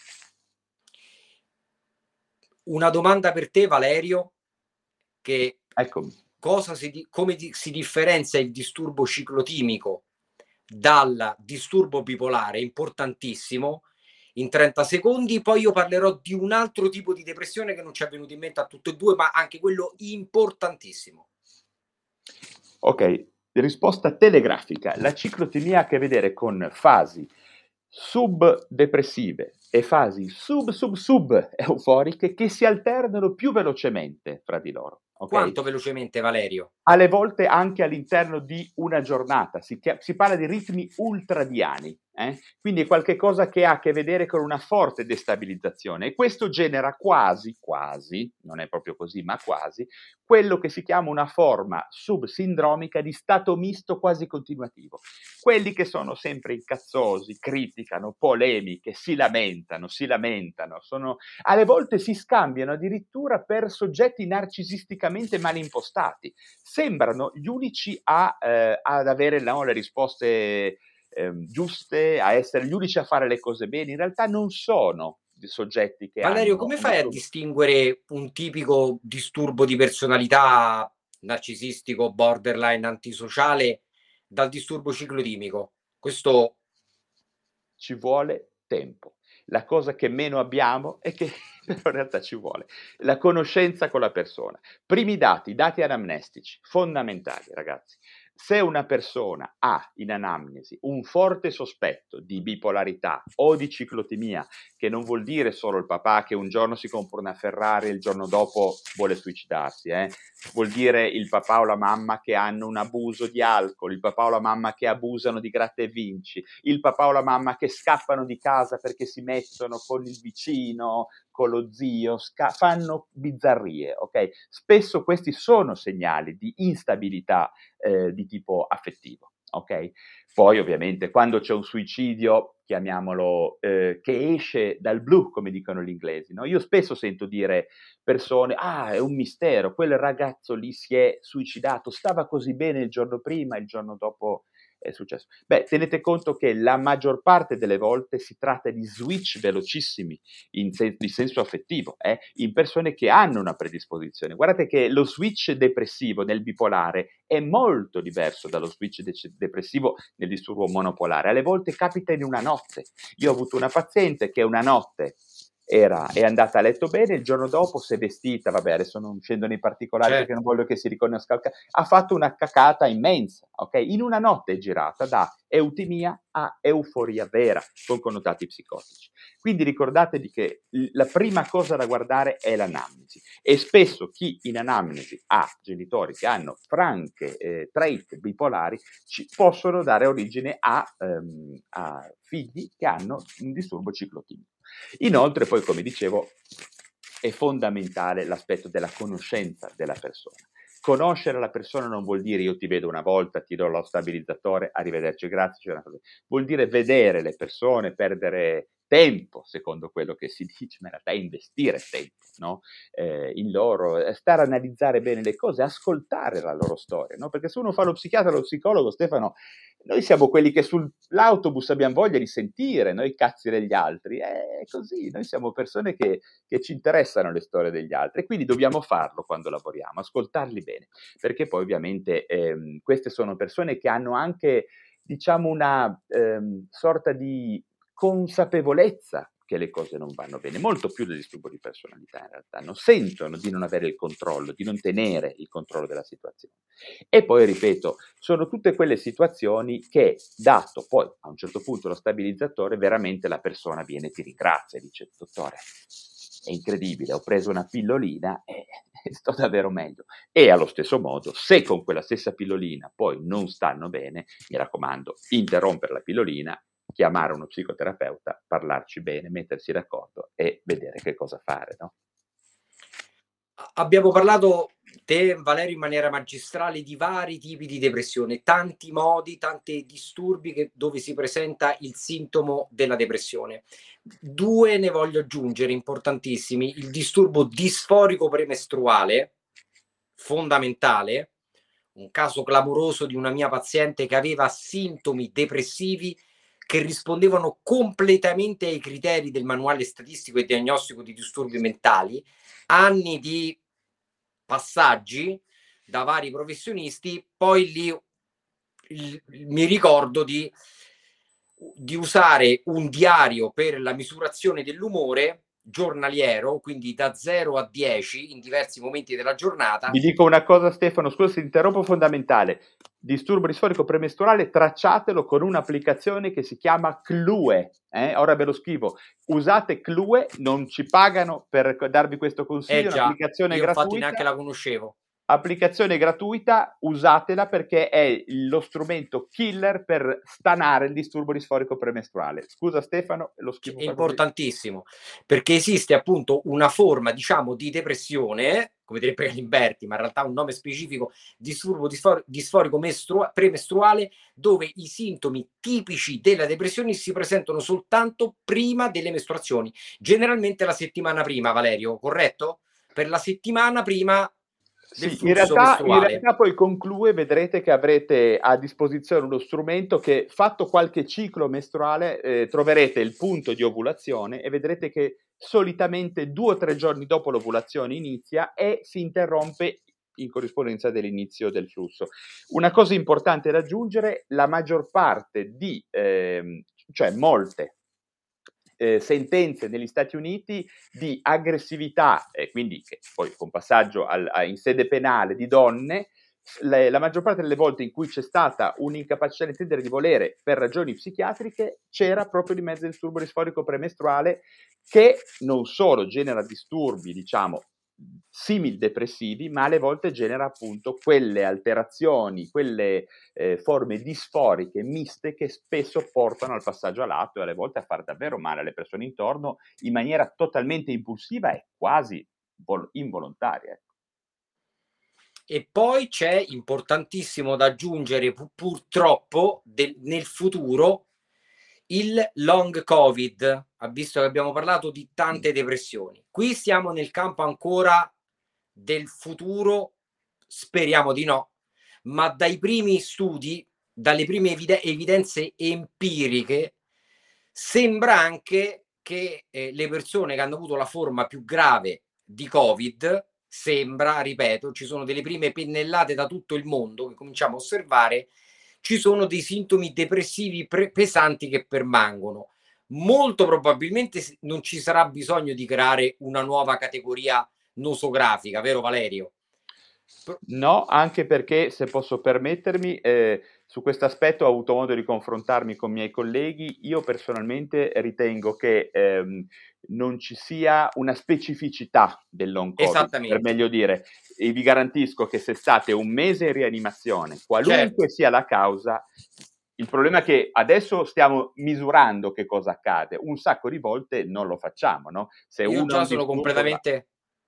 Speaker 3: Una domanda per te, Valerio, che
Speaker 2: eccomi.
Speaker 3: Come si differenzia il disturbo ciclotimico dal disturbo bipolare? Importantissimo. In 30 secondi, poi io parlerò di un altro tipo di depressione che non ci è venuto in mente a tutte e due, ma anche quello importantissimo.
Speaker 2: Ok, risposta telegrafica. La ciclotimia ha a che vedere con fasi subdepressive e fasi sub-euforiche che si alternano più velocemente fra di loro. Okay?
Speaker 3: Quanto velocemente, Valerio?
Speaker 2: Alle volte anche all'interno di una giornata, si parla di ritmi ultradiani, quindi è qualche cosa che ha a che vedere con una forte destabilizzazione e questo genera quasi, non è proprio così, ma quasi, quello che si chiama una forma subsindromica di stato misto quasi continuativo. Quelli che sono sempre incazzosi, criticano, polemiche, si lamentano, alle volte si scambiano addirittura per soggetti narcisisticamente mal impostati. Sembrano gli unici ad avere le risposte giuste, a essere gli unici a fare le cose bene. In realtà non sono soggetti che
Speaker 3: Valerio, come fai a distinguere un tipico disturbo di personalità narcisistico, borderline, antisociale dal disturbo ciclotimico? Questo
Speaker 2: ci vuole tempo. La cosa che meno abbiamo è che però in realtà ci vuole la conoscenza con la persona. Primi dati anamnestici, fondamentali, ragazzi. Se una persona ha in anamnesi un forte sospetto di bipolarità o di ciclotimia, che non vuol dire solo il papà che un giorno si compra una Ferrari e il giorno dopo vuole suicidarsi, vuol dire il papà o la mamma che hanno un abuso di alcol, il papà o la mamma che abusano di gratta e vinci, il papà o la mamma che scappano di casa perché si mettono con il vicino, con lo zio, fanno bizzarrie, ok? Spesso questi sono segnali di instabilità di tipo affettivo, ok? Poi ovviamente quando c'è un suicidio, chiamiamolo, che esce dal blu, come dicono gli inglesi, no? Io spesso sento dire persone, è un mistero, quel ragazzo lì si è suicidato, stava così bene il giorno prima, il giorno dopo è successo. Beh, tenete conto che la maggior parte delle volte si tratta di switch velocissimi di senso affettivo, in persone che hanno una predisposizione. Guardate che lo switch depressivo nel bipolare è molto diverso dallo switch depressivo nel disturbo monopolare. Alle volte capita in una notte. Io ho avuto una paziente che una notte è andata a letto bene, il giorno dopo si è vestita, vabbè adesso non scendo nei particolari perché non voglio che si riconosca, ha fatto una cacata immensa, ok? In una notte è girata da eutimia a euforia vera, con connotati psicotici. Quindi ricordatevi che la prima cosa da guardare è l'anamnesi e spesso chi in anamnesi ha genitori che hanno franche trait bipolari possono dare origine a figli che hanno un disturbo ciclotimico. Inoltre poi, come dicevo, è fondamentale l'aspetto della conoscenza della persona. Conoscere la persona non vuol dire io ti vedo una volta, ti do lo stabilizzatore, arrivederci, grazie. Vuol dire vedere le persone, perdere tempo, secondo quello che si dice, ma in realtà investire tempo, no? In loro, stare a analizzare bene le cose, ascoltare la loro storia, no? Perché se uno fa lo psichiatra o lo psicologo, Stefano, noi siamo quelli che sull'autobus abbiamo voglia di sentire, noi cazzi degli altri, è così, noi siamo persone che ci interessano le storie degli altri e quindi dobbiamo farlo quando lavoriamo, ascoltarli bene, perché poi ovviamente queste sono persone che hanno anche, diciamo, una sorta di consapevolezza che le cose non vanno bene, molto più del disturbo di personalità in realtà, non sentono di non avere il controllo, di non tenere il controllo della situazione. E poi, ripeto, sono tutte quelle situazioni che, dato poi a un certo punto lo stabilizzatore, veramente la persona viene e ti ringrazia e dice: dottore, è incredibile, ho preso una pillolina e sto davvero meglio. E allo stesso modo, se con quella stessa pillolina poi non stanno bene, mi raccomando, interrompere la pillolina chiamare uno psicoterapeuta, parlarci bene, mettersi d'accordo e vedere che cosa fare, no?
Speaker 3: Abbiamo parlato, te Valerio, in maniera magistrale di vari tipi di depressione, tanti modi, tanti disturbi dove si presenta il sintomo della depressione. 2 ne voglio aggiungere, importantissimi: il disturbo disforico premestruale, fondamentale, un caso clamoroso di una mia paziente che aveva sintomi depressivi che rispondevano completamente ai criteri del manuale statistico e diagnostico di disturbi mentali, anni di passaggi da vari professionisti, poi lì mi ricordo di usare un diario per la misurazione dell'umore giornaliero, quindi da 0 a 10 in diversi momenti della giornata.
Speaker 2: Vi dico una cosa, Stefano, scusa se interrompo, fondamentale: disturbo disforico premestruale, tracciatelo con un'applicazione che si chiama Clue, ora ve lo scrivo, usate Clue, non ci pagano per darvi questo consiglio,
Speaker 3: già,
Speaker 2: un'applicazione
Speaker 3: io
Speaker 2: gratuita.
Speaker 3: infatti neanche la conoscevo.
Speaker 2: Applicazione gratuita, usatela perché è lo strumento killer per stanare il disturbo disforico premestruale. Scusa Stefano, lo scrivo.
Speaker 3: È importantissimo, perché esiste appunto una forma, diciamo, di depressione, come direbbe Galimberti, ma in realtà un nome specifico, disturbo disforico premestruale, dove i sintomi tipici della depressione si presentano soltanto prima delle mestruazioni, generalmente la settimana prima, Valerio, corretto? Per la settimana prima.
Speaker 2: Sì, in realtà poi conclue, vedrete che avrete a disposizione uno strumento che, fatto qualche ciclo mestruale, troverete il punto di ovulazione e vedrete che solitamente 2 o 3 giorni dopo l'ovulazione inizia e si interrompe in corrispondenza dell'inizio del flusso. Una cosa importante da aggiungere: la maggior parte cioè molte sentenze negli Stati Uniti di aggressività, quindi poi con passaggio in sede penale di donne, la maggior parte delle volte in cui c'è stata un'incapacità di intendere di volere per ragioni psichiatriche, c'era proprio di mezzo il disturbo disforico premestruale, che non solo genera disturbi, diciamo, simil depressivi, ma alle volte genera appunto quelle alterazioni, quelle forme disforiche miste che spesso portano al passaggio a lato e alle volte a far davvero male alle persone intorno in maniera totalmente impulsiva e quasi involontaria.
Speaker 3: E poi c'è, importantissimo da aggiungere purtroppo nel futuro, il long covid, visto che abbiamo parlato di tante depressioni. Qui stiamo nel campo ancora del futuro, speriamo di no, ma dai primi studi, dalle prime evidenze empiriche, sembra anche che le persone che hanno avuto la forma più grave di Covid, sembra, ripeto, ci sono delle prime pennellate da tutto il mondo che cominciamo a osservare, ci sono dei sintomi depressivi pesanti che permangono. Molto probabilmente non ci sarà bisogno di creare una nuova categoria nosografica, vero Valerio?
Speaker 2: No, anche perché, se posso permettermi, su questo aspetto ho avuto modo di confrontarmi con miei colleghi. Io personalmente ritengo che non ci sia una specificità del long covid, per meglio dire, e vi garantisco che se state un mese in rianimazione, qualunque sia la causa, il problema è che adesso stiamo misurando che cosa accade, un sacco di volte non lo facciamo, no? Se
Speaker 3: io già sono completamente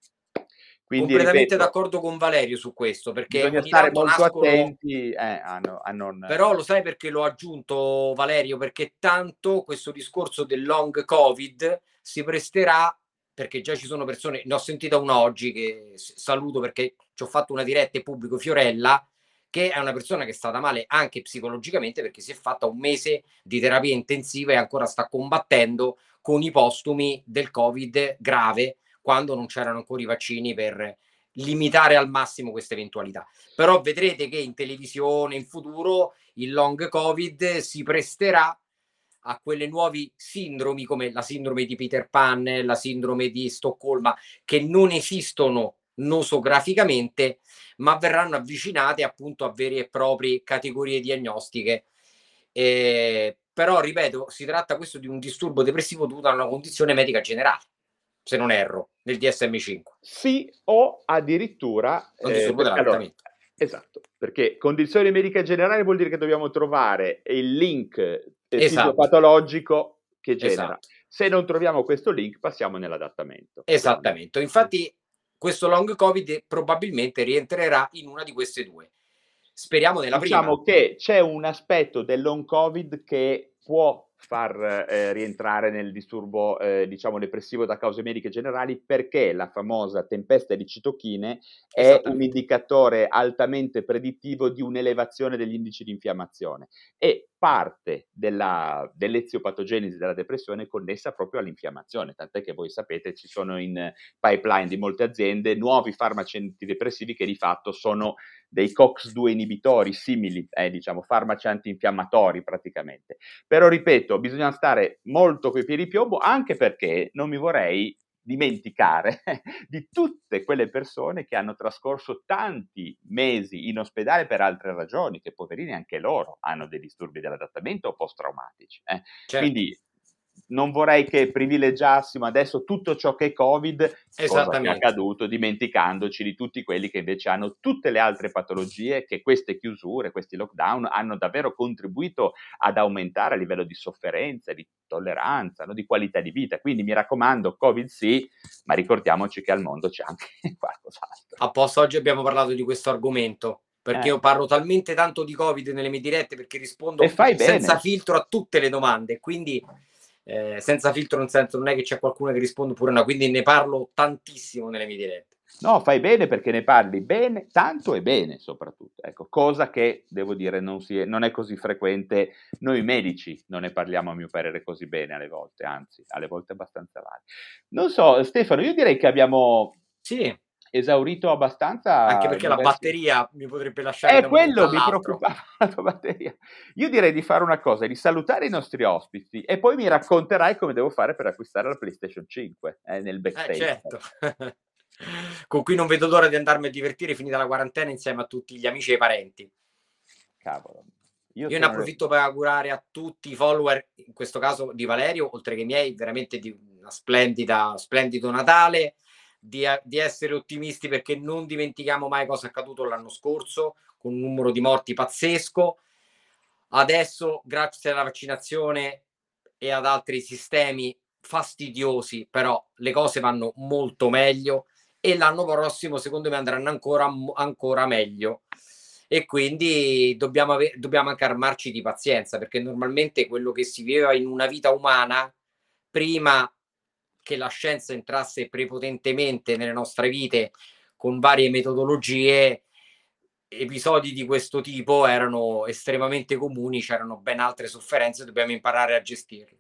Speaker 3: d'accordo con Valerio su questo, perché
Speaker 2: bisogna
Speaker 3: ogni
Speaker 2: stare
Speaker 3: tanto
Speaker 2: molto attenti a non...
Speaker 3: Però lo sai perché l'ho aggiunto, Valerio? Perché tanto questo discorso del long covid si presterà, perché già ci sono persone, ne ho sentita una oggi che saluto perché ci ho fatto una diretta e pubblico, Fiorella, che è una persona che è stata male anche psicologicamente perché si è fatta un mese di terapia intensiva e ancora sta combattendo con i postumi del covid grave, quando non c'erano ancora i vaccini per limitare al massimo questa eventualità. Però vedrete che in televisione in futuro il long covid si presterà a quelle nuove sindromi come la sindrome di Peter Pan, la sindrome di Stoccolma, che non esistono nosograficamente, ma verranno avvicinate appunto a vere e proprie categorie diagnostiche. Però, ripeto, si tratta questo di un disturbo depressivo dovuto a una condizione medica generale, se non erro, nel DSM-5.
Speaker 2: Sì, o addirittura...
Speaker 3: allora,
Speaker 2: esatto, perché condizione medica generale vuol dire che dobbiamo trovare il link fisiopatologico che genera.
Speaker 3: Esatto.
Speaker 2: Se non troviamo questo link, passiamo nell'adattamento.
Speaker 3: Esattamente. Infatti questo long covid probabilmente rientrerà in una di queste due. Speriamo nella prima.
Speaker 2: Diciamo che c'è un aspetto del long covid che può far rientrare nel disturbo depressivo da cause mediche generali, perché la famosa tempesta di citochine è un indicatore altamente predittivo di un'elevazione degli indici di infiammazione, e parte dell'eziopatogenesi della depressione è connessa proprio all'infiammazione, tant'è che voi sapete ci sono in pipeline di molte aziende nuovi farmaci antidepressivi che di fatto sono dei COX-2 inibitori simili, farmaci antinfiammatori praticamente. Però ripeto, bisogna stare molto coi piedi di piombo, anche perché non mi vorrei dimenticare di tutte quelle persone che hanno trascorso tanti mesi in ospedale per altre ragioni, che poverini anche loro hanno dei disturbi dell'adattamento o post-traumatici.
Speaker 3: Certo.
Speaker 2: Quindi non vorrei che privilegiassimo adesso tutto ciò che è Covid, cosa che è accaduto, dimenticandoci di tutti quelli che invece hanno tutte le altre patologie che queste chiusure, questi lockdown hanno davvero contribuito ad aumentare a livello di sofferenza, di tolleranza, di qualità di vita. Quindi mi raccomando, Covid sì, ma ricordiamoci che al mondo c'è anche qualcos'altro.
Speaker 3: A posto, oggi abbiamo parlato di questo argomento, perché io parlo talmente tanto di Covid nelle mie dirette, perché rispondo senza filtro a tutte le domande, quindi senza filtro nel senso non è che c'è qualcuno che risponde pure no, quindi ne parlo tantissimo nelle mie dirette.
Speaker 2: No, fai bene, perché ne parli bene, tanto e bene soprattutto, ecco, cosa che devo dire non è così frequente. Noi medici non ne parliamo a mio parere così bene alle volte, anzi alle volte abbastanza male. Non so, Stefano, io direi che abbiamo esaurito abbastanza,
Speaker 3: anche perché la batteria mi potrebbe lasciare
Speaker 2: quello mi preoccupava, la tua batteria. Io direi di fare una cosa, di salutare i nostri ospiti e poi mi racconterai come devo fare per acquistare la PlayStation 5 nel backstage.
Speaker 3: Certo. Con cui non vedo l'ora di andarmi a divertire finita la quarantena insieme a tutti gli amici e i parenti.
Speaker 2: Cavolo.
Speaker 3: Io ne approfitto per augurare a tutti i follower, in questo caso di Valerio, oltre che i miei, veramente di una splendido Natale, di essere ottimisti, perché non dimentichiamo mai cosa è accaduto l'anno scorso, con un numero di morti pazzesco. Adesso, grazie alla vaccinazione e ad altri sistemi fastidiosi, però le cose vanno molto meglio, e l'anno prossimo secondo me andranno ancora meglio, e quindi dobbiamo anche armarci di pazienza, perché normalmente quello che si viveva in una vita umana prima che la scienza entrasse prepotentemente nelle nostre vite con varie metodologie, episodi di questo tipo erano estremamente comuni, c'erano ben altre sofferenze, dobbiamo imparare a gestirle.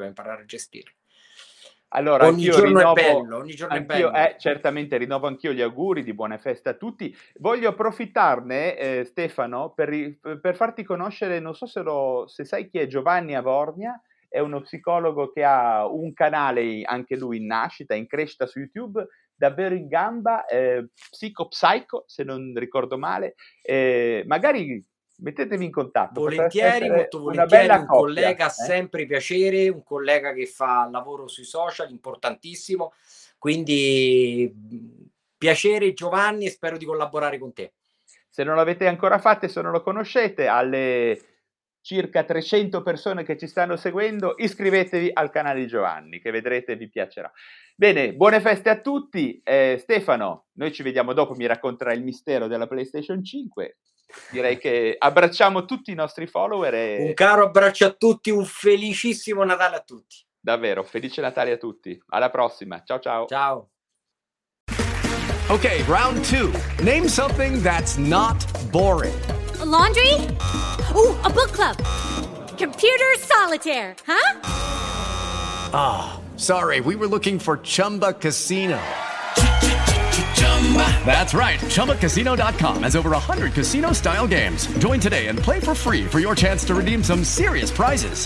Speaker 2: Allora,
Speaker 3: ogni giorno è bello.
Speaker 2: Certamente rinnovo anch'io gli auguri di buone feste a tutti. Voglio approfittarne, Stefano, per farti conoscere, non so se sai chi è Giovanni Avornia. È uno psicologo che ha un canale, anche lui in nascita, in crescita su YouTube, davvero in gamba, Psycho, se non ricordo male. Magari mettetevi in contatto.
Speaker 3: Volentieri, molto volentieri, un collega, sempre piacere, un collega che fa lavoro sui social, importantissimo. Quindi piacere Giovanni, e spero di collaborare con te.
Speaker 2: Se non l'avete ancora fatto e se non lo conoscete, alle circa 300 persone che ci stanno seguendo, iscrivetevi al canale di Giovanni, che vedrete vi piacerà. Bene, buone feste a tutti. Stefano, noi ci vediamo dopo, mi racconterai il mistero della PlayStation 5. Direi che abbracciamo tutti i nostri follower.
Speaker 3: Un caro abbraccio a tutti, un felicissimo Natale a tutti.
Speaker 2: Davvero, felice Natale a tutti. Alla prossima, ciao ciao.
Speaker 3: Ciao.
Speaker 9: Okay, round 2. Name something that's not boring.
Speaker 10: A laundry? Ooh, a book club. Computer solitaire, huh?
Speaker 9: Ah, sorry, we were looking for Chumba Casino. That's right, ChumbaCasino.com has over 100 casino-style games. Join today and play for free for your chance to redeem some serious prizes.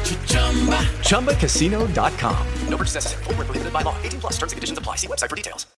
Speaker 9: ChumbaCasino.com. No purchase necessary. Void where prohibited by law. 18+ terms and conditions apply. See website for details.